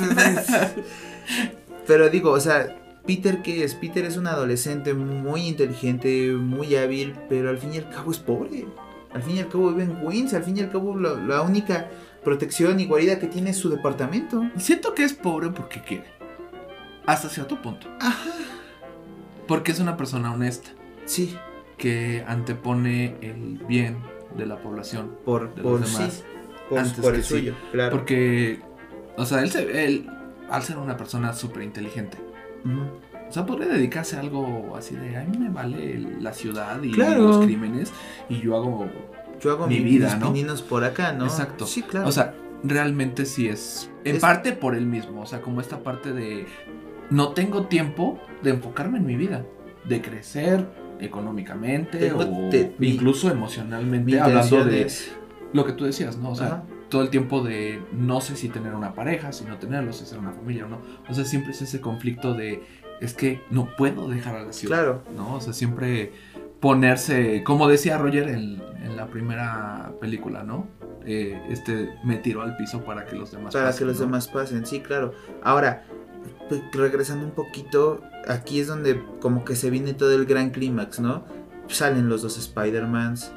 S1: Pero digo, o sea, Peter, ¿qué es? Peter es un adolescente muy inteligente, muy hábil, pero al fin y al cabo es pobre. Al fin y al cabo vive en Queens. Al fin y al cabo la única protección y guarida que tiene es su departamento.
S2: Y siento que es pobre porque quiere. Hasta cierto punto.
S1: Ajá.
S2: Porque es una persona honesta.
S1: Sí.
S2: Que antepone el bien de la población.
S1: Por
S2: los demás.
S1: Sí.
S2: Antes
S1: por
S2: que
S1: el suyo,
S2: sí.
S1: claro.
S2: Porque, o sea, él al ser una persona súper inteligente, o sea, podría dedicarse a algo así de, a mí me vale la ciudad y los crímenes y yo hago mi vida,
S1: mis
S2: ¿no?
S1: pininos por acá, ¿no?
S2: Exacto.
S1: Sí, claro.
S2: O sea, realmente sí es, en parte por él mismo, o sea, como esta parte de, no tengo tiempo de enfocarme en mi vida, de crecer económicamente incluso emocionalmente, hablando de lo que tú decías, ¿no? O sea, ajá, todo el tiempo de no sé si tener una pareja, si no tenerlo, si ser una familia o no. O sea, siempre es ese conflicto de, es que no puedo dejar a la ciudad,
S1: claro,
S2: ¿no? O sea, siempre ponerse, como decía Roger en la primera película, ¿no? Me tiró al piso para que los demás
S1: pasen. Para que los
S2: ¿no?
S1: demás pasen, sí, claro. Ahora, regresando un poquito, aquí es donde como que se viene todo el gran clímax, ¿no? Salen los 2 Spider-Mans,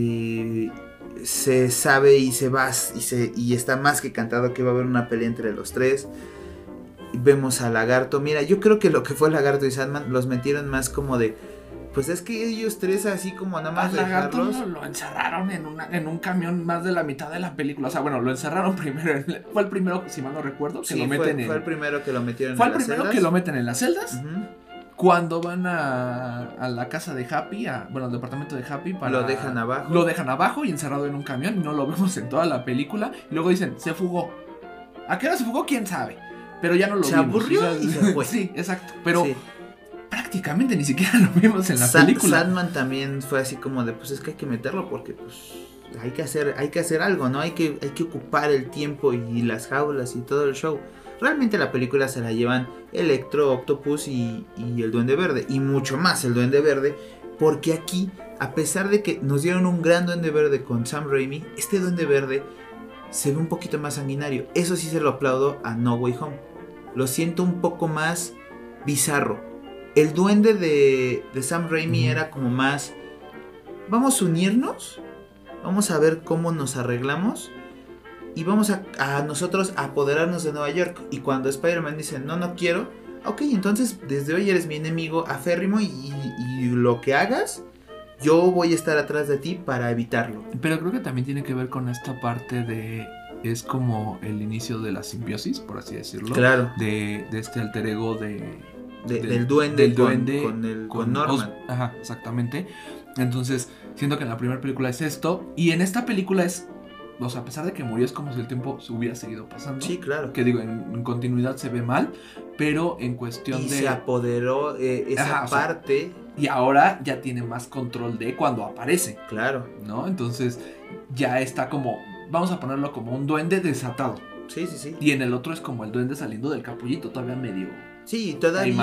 S1: se sabe y se va y está más que cantado que va a haber una pelea entre los 3. Vemos a Lagarto. Mira, yo creo que lo que fue Lagarto y Sandman los metieron más como de, pues es que ellos 3 así como nada más
S2: Lagarto
S1: dejarlos.
S2: Lo encerraron en un camión más de la mitad de la película. O sea, bueno, lo encerraron primero. Fue el primero, si mal no recuerdo, que
S1: sí,
S2: lo meten
S1: fue el primero que lo metieron
S2: fue
S1: en las celdas. Fue el primero
S2: que lo meten en las celdas.
S1: Uh-huh.
S2: Cuando van a la casa de Happy, al departamento de Happy,
S1: lo dejan abajo.
S2: Lo dejan abajo y encerrado en un camión. Y no lo vemos en toda la película. Y luego dicen, se fugó. ¿A qué hora se fugó? ¿Quién sabe? Pero ya no lo vimos.
S1: Se aburrió y se fue.
S2: Sí, exacto. Pero prácticamente ni siquiera lo vimos en la película.
S1: Sandman también fue así como de, pues es que hay que meterlo porque pues hay que hacer algo, ¿no? Hay que ocupar el tiempo y las jaulas y todo el show. Realmente la película se la llevan Electro, Octopus y el Duende Verde. Y mucho más el Duende Verde. Porque aquí, a pesar de que nos dieron un gran Duende Verde con Sam Raimi, este Duende Verde se ve un poquito más sanguinario. Eso sí se lo aplaudo a No Way Home. Lo siento un poco más bizarro. El duende de Sam Raimi era como más, vamos a unirnos, vamos a ver cómo nos arreglamos y vamos a nosotros a apoderarnos de Nueva York. Y cuando Spider-Man dice, no quiero, ok, entonces desde hoy eres mi enemigo aférrimo y lo que hagas, yo voy a estar atrás de ti para evitarlo.
S2: Pero creo que también tiene que ver con esta parte de, es como el inicio de la simbiosis, por así decirlo.
S1: Claro.
S2: De este alter ego
S1: del duende con Norman.
S2: Ajá, exactamente. Entonces, siento que en la primera película es esto. Y en esta película es, o sea, a pesar de que murió, es como si el tiempo se hubiera seguido pasando.
S1: Sí, claro.
S2: Que digo, en continuidad se ve mal, pero en cuestión
S1: y se apoderó esa parte.
S2: O sea, y ahora ya tiene más control de cuando aparece.
S1: Claro.
S2: ¿No? Entonces, ya está como, vamos a ponerlo como un duende desatado.
S1: Sí.
S2: Y en el otro es como el duende saliendo del capullito, todavía medio...
S1: Sí,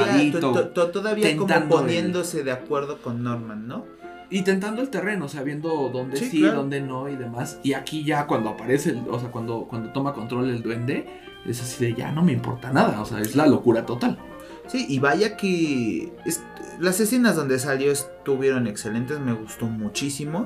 S1: todavía como poniéndose de acuerdo con Norman, ¿no?
S2: Y tentando el terreno, o sea, viendo dónde sí, claro, dónde no y demás. Y aquí ya cuando aparece, o sea, cuando toma control el duende, es así de ya no me importa nada, o sea, es la locura total.
S1: Sí, y vaya que las escenas donde salió estuvieron excelentes, me gustó muchísimo.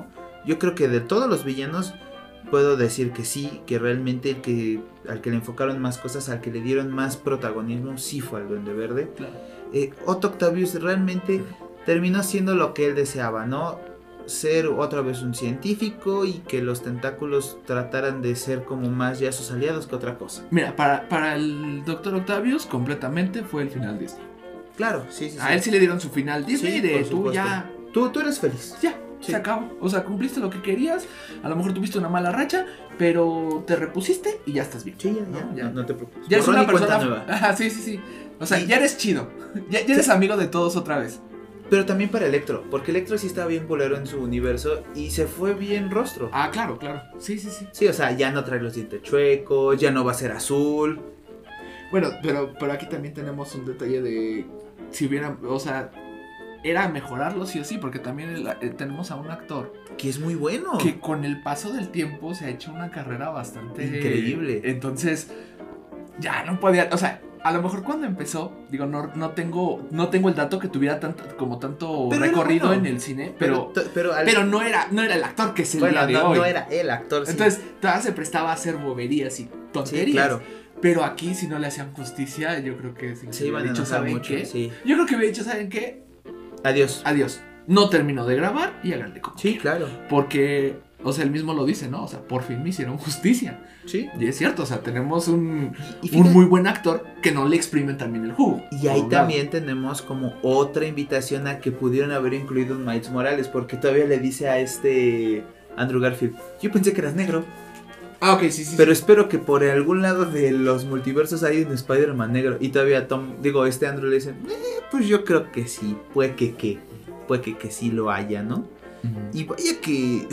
S1: yo creo que de todos los villanos puedo decir que sí, que realmente al que le enfocaron más cosas, al que le dieron más protagonismo, sí fue al Duende Verde.
S2: Claro.
S1: Otto Octavius realmente terminó siendo lo que él deseaba, ¿no? Ser otra vez un científico y que los tentáculos trataran de ser como más ya sus aliados que otra cosa.
S2: Mira, para el Dr. Octavius completamente fue el final Disney.
S1: Claro, sí.
S2: A él sí le dieron su final Disney,
S1: Sí,
S2: de
S1: por
S2: tú
S1: supuesto.
S2: ya...
S1: Tú eres feliz.
S2: Ya,
S1: Sí.
S2: se acabó. O sea, cumpliste lo que querías. A lo mejor tuviste una mala racha, pero te repusiste y ya estás bien.
S1: Sí,
S2: ¿no?
S1: ya. No te preocupes.
S2: Ya eres
S1: Borrón
S2: una
S1: y cuenta
S2: persona.
S1: nueva.
S2: Ajá, sí. O sea,
S1: Y-
S2: ya eres chido. Ya eres amigo de todos otra vez.
S1: Pero también para Electro, porque Electro sí estaba bien culero en su universo y se fue bien rostro.
S2: Ah, claro. Sí.
S1: Sí, o sea, ya no trae los dientes chuecos, ya no va a ser azul.
S2: Bueno, pero aquí también tenemos un detalle de si hubiera, o sea, era mejorarlo sí o sí, porque también tenemos a un actor
S1: Que es muy bueno.
S2: que con el paso del tiempo se ha hecho una carrera bastante
S1: Increíble.
S2: Entonces, ya no podía, o sea, a lo mejor cuando empezó, digo, no tengo el dato que tuviera tanto
S1: Pero era
S2: recorrido
S1: bueno.
S2: en el cine, pero
S1: pero
S2: no era el actor que es el
S1: bueno,
S2: día de hoy.
S1: no era el actor. Sí.
S2: Entonces, todavía se prestaba a hacer boberías y tonterías.
S1: Sí, claro.
S2: Pero aquí, si no le hacían justicia, yo creo que si
S1: Se iban a enojar
S2: ¿saben
S1: mucho,
S2: qué?
S1: sí.
S2: Yo creo que hubiera dicho, ¿saben qué?
S1: Adiós.
S2: Adiós. No terminó de grabar y háganle como
S1: Sí,
S2: quieran.
S1: claro.
S2: Porque, o sea, él mismo lo dice, ¿no? O sea, por fin me hicieron justicia.
S1: Sí.
S2: Y es cierto, o sea, tenemos un
S1: fíjate-
S2: muy buen actor que no le exprimen también el jugo.
S1: Y ahí
S2: Por un lado.
S1: también tenemos como otra invitación a que pudieron haber incluido un Miles Morales, porque todavía le dice a Andrew Garfield, yo pensé que eras negro,
S2: Ah, ok, sí.
S1: pero espero que por algún lado de los multiversos hay un Spider-Man negro. Y todavía Andrew le dice, pues yo creo que sí, puede que sí lo haya, ¿no? Y vaya que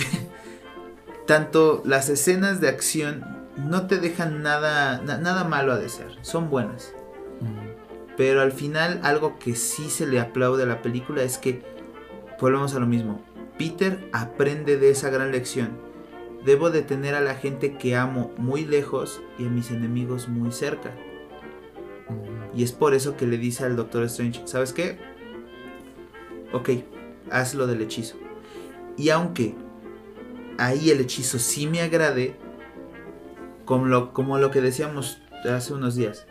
S1: tanto las escenas de acción no te dejan nada malo a desear, son buenas. Pero al final algo que sí se le aplaude a la película es que volvemos a lo mismo. Peter aprende de esa gran lección. Debo de tener a la gente que amo muy lejos y a mis enemigos muy cerca. Y es por eso que le dice al Doctor Strange, ¿sabes qué? Ok, haz lo del hechizo. Y aunque ahí el hechizo sí me agrade, como lo que decíamos hace unos días,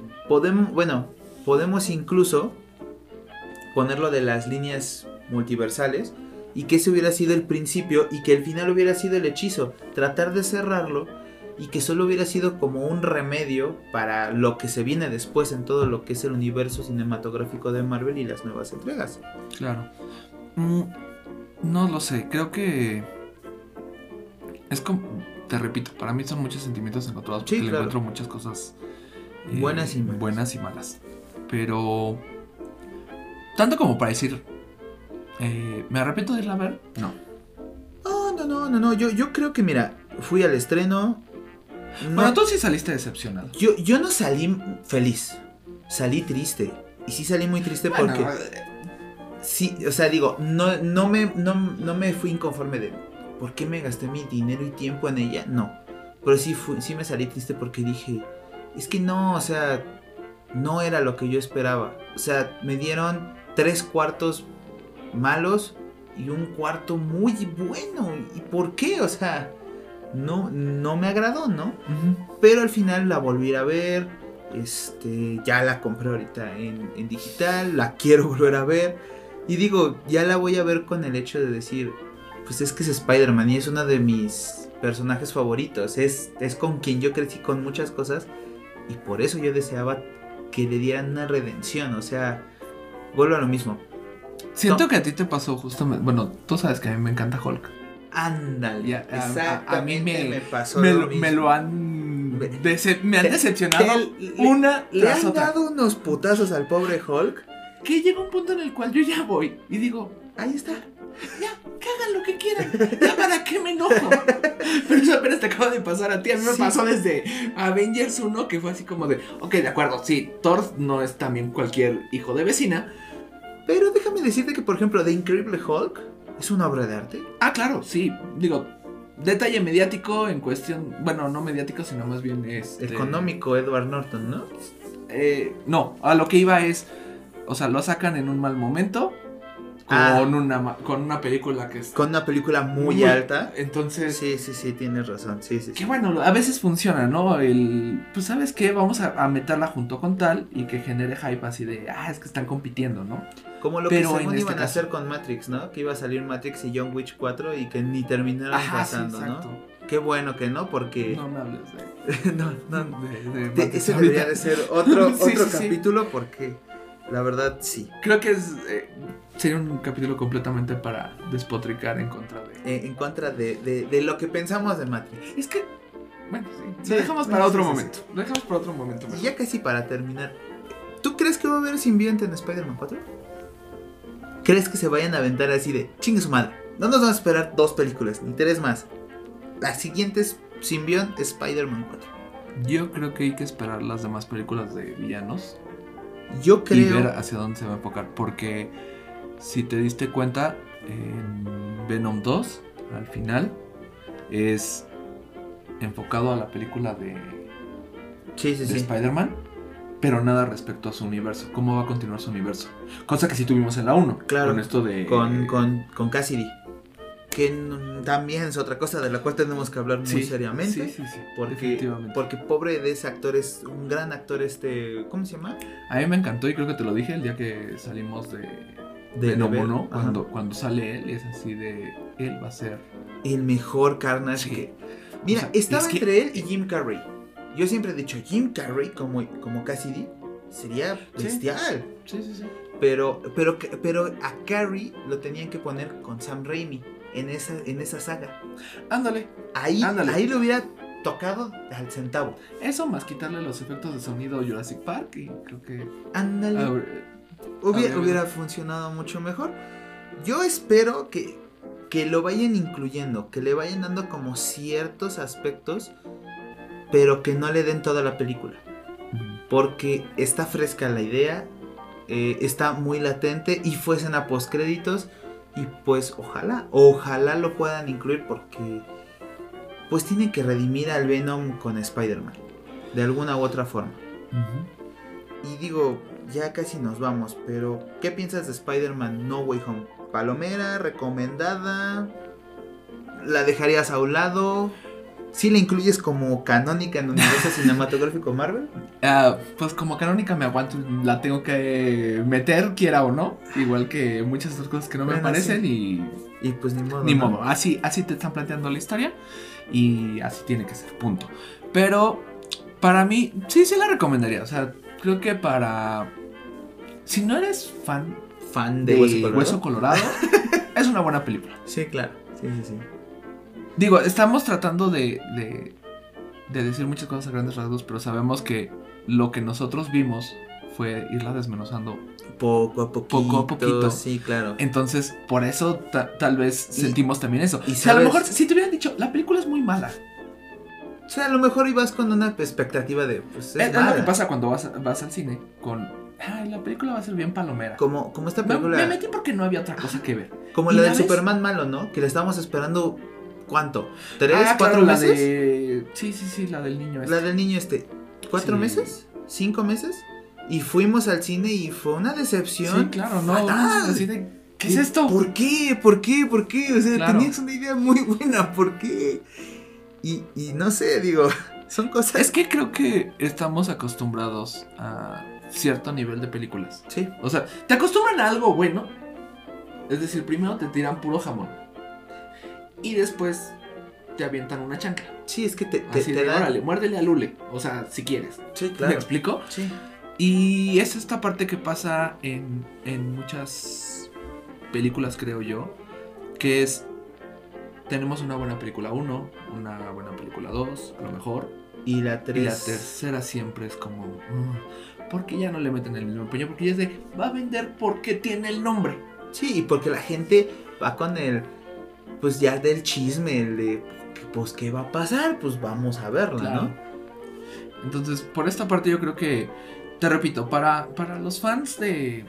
S1: podemos incluso ponerlo de las líneas multiversales y que ese hubiera sido el principio y que el final hubiera sido el hechizo, tratar de cerrarlo y que solo hubiera sido como un remedio para lo que se viene después en todo lo que es el universo cinematográfico de Marvel y las nuevas entregas.
S2: Claro. No lo sé, creo que es como, te repito, para mí son muchos sentimientos encontrados porque
S1: Sí,
S2: le
S1: claro.
S2: encuentro muchas cosas
S1: Buenas y
S2: malas. Pero tanto como para decir ¿me arrepiento de irla a ver? No.
S1: No, yo creo que mira, fui al estreno.
S2: Bueno, tú sí saliste decepcionado.
S1: Yo no salí feliz, salí triste. Y sí salí muy triste porque sí, o sea, digo, no me fui inconforme de ¿por qué me gasté mi dinero y tiempo en ella? No. Pero sí me salí triste porque dije, es que no, o sea, no era lo que yo esperaba. O sea, me dieron 3/4 malos y un cuarto muy bueno. ¿Y por qué? O sea, no me agradó, ¿no?
S2: Uh-huh.
S1: Pero al final la volví a ver. Ya la compré ahorita en digital. La quiero volver a ver. Y digo, ya la voy a ver con el hecho de decir, pues es que es Spider-Man y es uno de mis personajes favoritos. Es con quien yo crecí con muchas cosas. Y por eso yo deseaba que le dieran una redención. O sea, vuelvo a lo mismo.
S2: Siento que a ti te pasó justamente. Bueno, tú sabes que a mí me encanta Hulk.
S1: Ándale.
S2: Ya, a mí me
S1: pasó
S2: me
S1: lo
S2: lo
S1: mismo.
S2: han decepcionado una
S1: Le
S2: tras
S1: han
S2: otra.
S1: dado unos putazos al pobre Hulk.
S2: Que llega un punto en el cual yo ya voy y digo,
S1: Ahí está.
S2: ya, que hagan lo que quieran. Ya, ¿para qué me enojo? Pero eso apenas te acaba de pasar a ti. A mí me
S1: Sí.
S2: pasó desde Avengers 1, que fue así como de, ok, de acuerdo, sí, Thor no es también cualquier hijo de vecina.
S1: Pero déjame decirte que, por ejemplo, The Incredible Hulk es una obra de arte.
S2: Ah, claro, sí. Digo, detalle mediático en cuestión, bueno, no mediático, sino más bien
S1: Económico, Edward Norton, ¿no?
S2: No, a lo que iba es, o sea, lo sacan en un mal momento, con una película que es
S1: con una película muy alta.
S2: Entonces,
S1: sí, tienes razón. Sí.
S2: Que bueno, a veces funciona, ¿no? Pues ¿sabes qué? Vamos a meterla junto con tal y que genere hype así de, es que están compitiendo, ¿no?
S1: Como lo que según iban a hacer con Matrix, ¿no? Que iba a salir Matrix y John Wick 4 y que ni terminaron pasando, sí, ¿no? Qué bueno que no, porque...
S2: No me hables de...
S1: no.
S2: De
S1: ese debería de ser otro capítulo porque la verdad sí.
S2: Creo que sería un capítulo completamente para despotricar en contra
S1: de lo que pensamos de Matrix.
S2: Es que, bueno, sí. Lo dejamos para otro momento. Lo dejamos para otro momento.
S1: Y ya casi para terminar. ¿Tú crees que va a haber simbionte en Spider-Man 4? ¿Crees que se vayan a aventar así de chingue su madre? No nos vamos a esperar 2 películas, ni 3 más. La siguiente es simbionte Spider-Man 4.
S2: Yo creo que hay que esperar las demás películas de villanos.
S1: Yo creo.
S2: Y ver hacia dónde se va a enfocar. Porque si te diste cuenta, en Venom 2, al final, es enfocado a la película de Spider-Man. Pero nada respecto a su universo. ¿Cómo va a continuar su universo? Cosa que sí tuvimos en la 1.
S1: Claro.
S2: Con esto de...
S1: Con Cassidy. Que también es otra cosa de la cual tenemos que hablar muy seriamente.
S2: Sí.
S1: Porque pobre de ese actor, es un gran actor ¿cómo se llama?
S2: A mí me encantó y creo que te lo dije el día que salimos de Venom 1. Cuando sale él, es así de... Él va a ser...
S1: el mejor Carnage que... Mira, estaba entre él y Jim Carrey. Yo siempre he dicho, Jim Carrey como Cassidy sería bestial.
S2: Sí.
S1: Pero a Carrey lo tenían que poner con Sam Raimi en esa saga.
S2: Ándale.
S1: Ahí lo hubiera tocado al centavo.
S2: Eso más quitarle los efectos de sonido Jurassic Park y creo que...
S1: Ándale. Hubiera funcionado mucho mejor. Yo espero que lo vayan incluyendo, que le vayan dando como ciertos aspectos, pero que no le den toda la película. Porque está fresca la idea, está muy latente y fue escena postcréditos. Y pues ojalá lo puedan incluir porque pues tienen que redimir al Venom con Spider-Man de alguna u otra forma. Y digo, ya casi nos vamos, pero ¿qué piensas de Spider-Man No Way Home? ¿Palomera? ¿Recomendada? ¿La dejarías a un lado? ¿Sí la incluyes como canónica en el universo cinematográfico Marvel?
S2: Pues como canónica me aguanto, la tengo que meter, quiera o no. Igual que muchas otras cosas que no me parecen y
S1: pues ni modo.
S2: Ni modo, así te están planteando la historia y así tiene que ser, punto. Pero para mí, sí la recomendaría. O sea, creo que si no eres fan de Hueso Colorado, es una buena película.
S1: Sí, claro, sí.
S2: Digo, estamos tratando de decir muchas cosas a grandes rasgos, pero sabemos que lo que nosotros vimos fue irla desmenuzando
S1: poco a poquito. Sí, claro.
S2: Entonces, por eso tal vez sentimos también eso. Y a lo mejor, si te hubieran dicho, la película es muy mala.
S1: O sea, a lo mejor ibas con una expectativa de, pues
S2: es lo que pasa cuando vas al cine con... la película va a ser bien palomera.
S1: Como esta película...
S2: Me metí porque no había otra cosa que ver.
S1: Como la del Superman malo, ¿no? Que la estábamos esperando... ¿Cuánto? ¿3, 4 meses?
S2: Sí, la del niño
S1: La del niño ¿4 meses? ¿5 meses? Y fuimos al cine y fue una decepción.
S2: Sí, claro, no. Así de, ¿qué es esto?
S1: ¿Por qué? O sea, claro. Tenías una idea muy buena, ¿por qué? Y no sé, digo, son cosas...
S2: Es que creo que estamos acostumbrados a cierto nivel de películas.
S1: Sí.
S2: O sea, te acostumbran a algo bueno. Es decir, primero te tiran puro jamón. Y después te avientan una chancla.
S1: Sí, es que te
S2: dan... Órale, muérdele al hule. O sea, si quieres.
S1: Sí, claro.
S2: ¿Me explico?
S1: Sí.
S2: Y es esta parte que pasa en muchas películas, creo yo. Que es... Tenemos una buena película 1, una buena película 2, a lo mejor.
S1: Y la 3.
S2: Y la tercera siempre es como... ¿por qué ya no le meten el mismo empeño? Porque ya es de... Va a vender porque tiene el nombre.
S1: Sí, y porque la gente va con el... Pues ya del chisme, el de... Pues ¿qué va a pasar? Pues vamos a verla, claro. ¿No?
S2: Entonces, por esta parte yo creo que... Te repito, para los fans de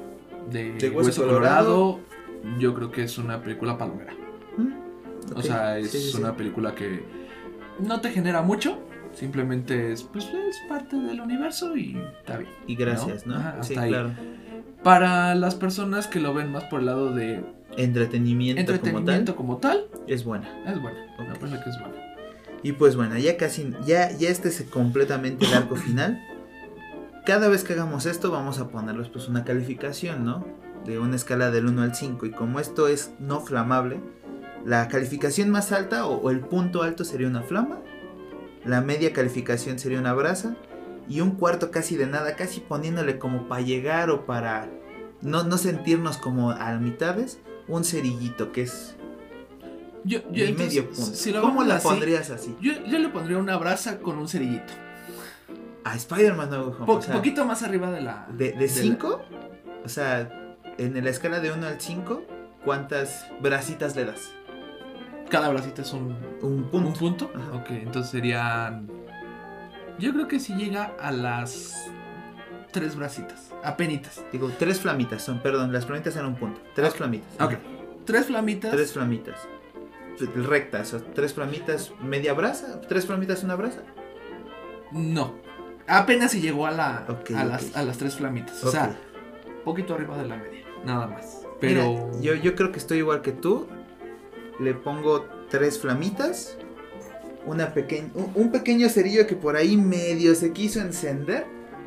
S2: Hueso Colorado, yo creo que es una película palomera. Okay. O sea, es una película que no te genera mucho. Simplemente es parte del universo y está bien.
S1: Y gracias, ¿no?
S2: Ajá, hasta ahí.
S1: Claro.
S2: Para las personas que lo ven más por el lado de
S1: entretenimiento
S2: como tal,
S1: es buena.
S2: es buena.
S1: Ok.
S2: Me parece que es buena.
S1: Y pues bueno, ya este es completamente el arco final. Cada vez que hagamos esto vamos a ponerles pues una calificación, ¿no? De una escala del 1 al 5. Y como esto es no flamable, la calificación más alta o el punto alto sería una flama. La media calificación sería una brasa. Y un cuarto casi de nada, casi poniéndole como para llegar o para no sentirnos como a mitades, un cerillito que es
S2: Yo
S1: mi
S2: entonces,
S1: medio punto.
S2: si lo
S1: ¿Cómo
S2: vemos
S1: la
S2: así,
S1: pondrías así?
S2: Yo le pondría una brasa con un cerillito.
S1: A Spider-Man No Way Home. O sea,
S2: Poquito más arriba de la...
S1: ¿De 5? O sea, en la escala de 1 al 5, ¿cuántas bracitas le das?
S2: Cada bracita es un
S1: punto.
S2: ¿Un punto?
S1: Ajá.
S2: Ok, entonces serían... Yo creo que si llega a las 3 bracitas, apenitas.
S1: Digo, 3 flamitas son, perdón, las flamitas eran un punto. 3 flamitas.
S2: Ok, 3 flamitas.
S1: 3 flamitas. Rectas, o 3 flamitas, media brasa. 3 flamitas, una brasa.
S2: No, apenas si llegó a
S1: Ok,
S2: a las 3 flamitas. O
S1: Ok.
S2: sea, poquito arriba de la media, nada más. Pero...
S1: Mira, yo creo que estoy igual que tú. Le pongo 3 flamitas. Un pequeño cerillo que por ahí medio se quiso encender.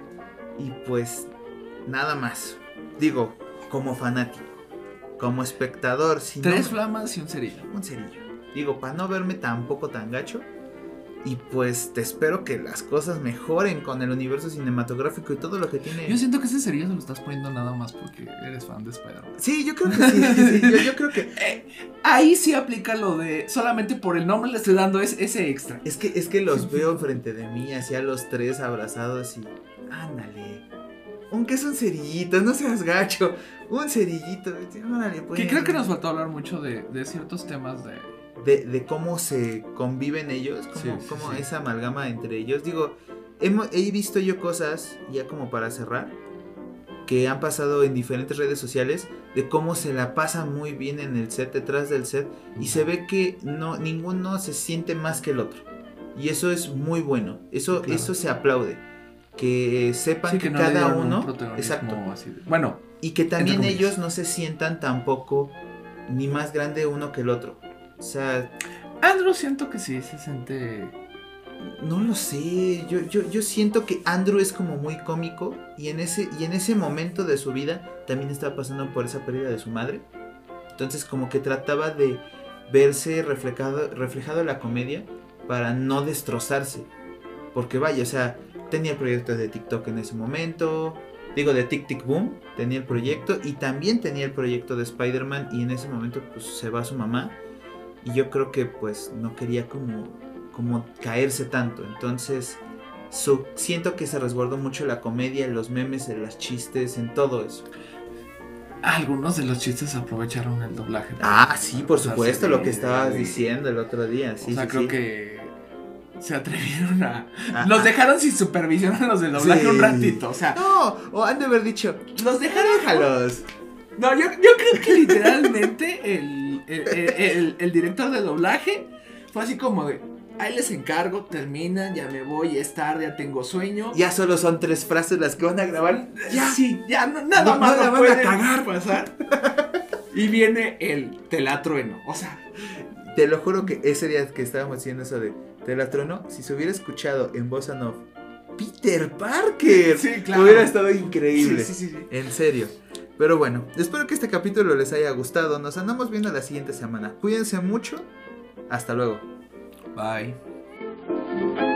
S1: Y pues nada más. Digo, como fanático, como espectador, si
S2: 3
S1: no,
S2: flamas y un cerillo.
S1: un cerillo. Digo, para no verme tampoco tan gacho. Y pues te espero que las cosas mejoren con el universo cinematográfico y todo lo que tiene.
S2: Yo siento que ese cerillo se lo estás poniendo nada más porque eres fan de Spider-Man.
S1: Sí, yo creo que sí. Yo creo que
S2: Ahí sí aplica lo de solamente por el nombre le estoy dando ese extra.
S1: Es que los veo enfrente de mí, así a los 3 abrazados y... Ándale. Aunque es un cerillito, no seas gacho. Un cerillito, ándale, pues.
S2: Que creo que nos faltó hablar mucho de ciertos temas
S1: de cómo se conviven ellos, cómo esa amalgama entre ellos. Digo, he visto yo cosas, ya como para cerrar, que han pasado en diferentes redes sociales, de cómo se la pasan muy bien en el set, detrás del set, y se ve que ninguno se siente más que el otro. Y eso es muy bueno, eso se aplaude. Que sepan que
S2: no
S1: cada uno...
S2: Exacto. Bueno.
S1: Y que también ellos no se sientan tampoco ni más grande uno que el otro. O sea...
S2: Andrew siento que sí se siente...
S1: No lo sé, yo siento que Andrew es como muy cómico y en ese momento de su vida también estaba pasando por esa pérdida de su madre. Entonces como que trataba de verse reflejado en la comedia para no destrozarse. Porque vaya, o sea, tenía el proyecto de TikTok en ese momento, digo de Tic Tic Boom, tenía el proyecto y también tenía el proyecto de Spider-Man y en ese momento pues se va su mamá y yo creo que pues no quería como caerse tanto, entonces siento que se resguardó mucho la comedia, en los memes, en los chistes, en todo eso.
S2: Algunos de los chistes aprovecharon el doblaje.
S1: Ah, sí, por supuesto, lo que estabas diciendo el otro día. Sí,
S2: o sea,
S1: sí,
S2: creo
S1: sí.
S2: que se atrevieron los dejaron sin supervisión a los del doblaje un ratito, o sea.
S1: No, o han de haber dicho,
S2: los dejaron.
S1: Déjalos.
S2: No, yo creo que literalmente el director de doblaje fue así como de, ahí les encargo, terminan, ya me voy, es tarde, ya tengo sueño.
S1: Ya solo son 3 frases las que van a grabar.
S2: Ya, sí, ya nada más
S1: no la van a cagar.
S2: Pasar. Y viene el te la trueno, o sea.
S1: Te lo juro que ese día que estábamos haciendo eso de te la trueno, si se hubiera escuchado en voz en off Peter Parker,
S2: sí, claro,
S1: hubiera estado increíble.
S2: Sí.
S1: En serio. Pero bueno, espero que este capítulo les haya gustado. Nos andamos viendo la siguiente semana. Cuídense mucho. Hasta luego.
S2: Bye.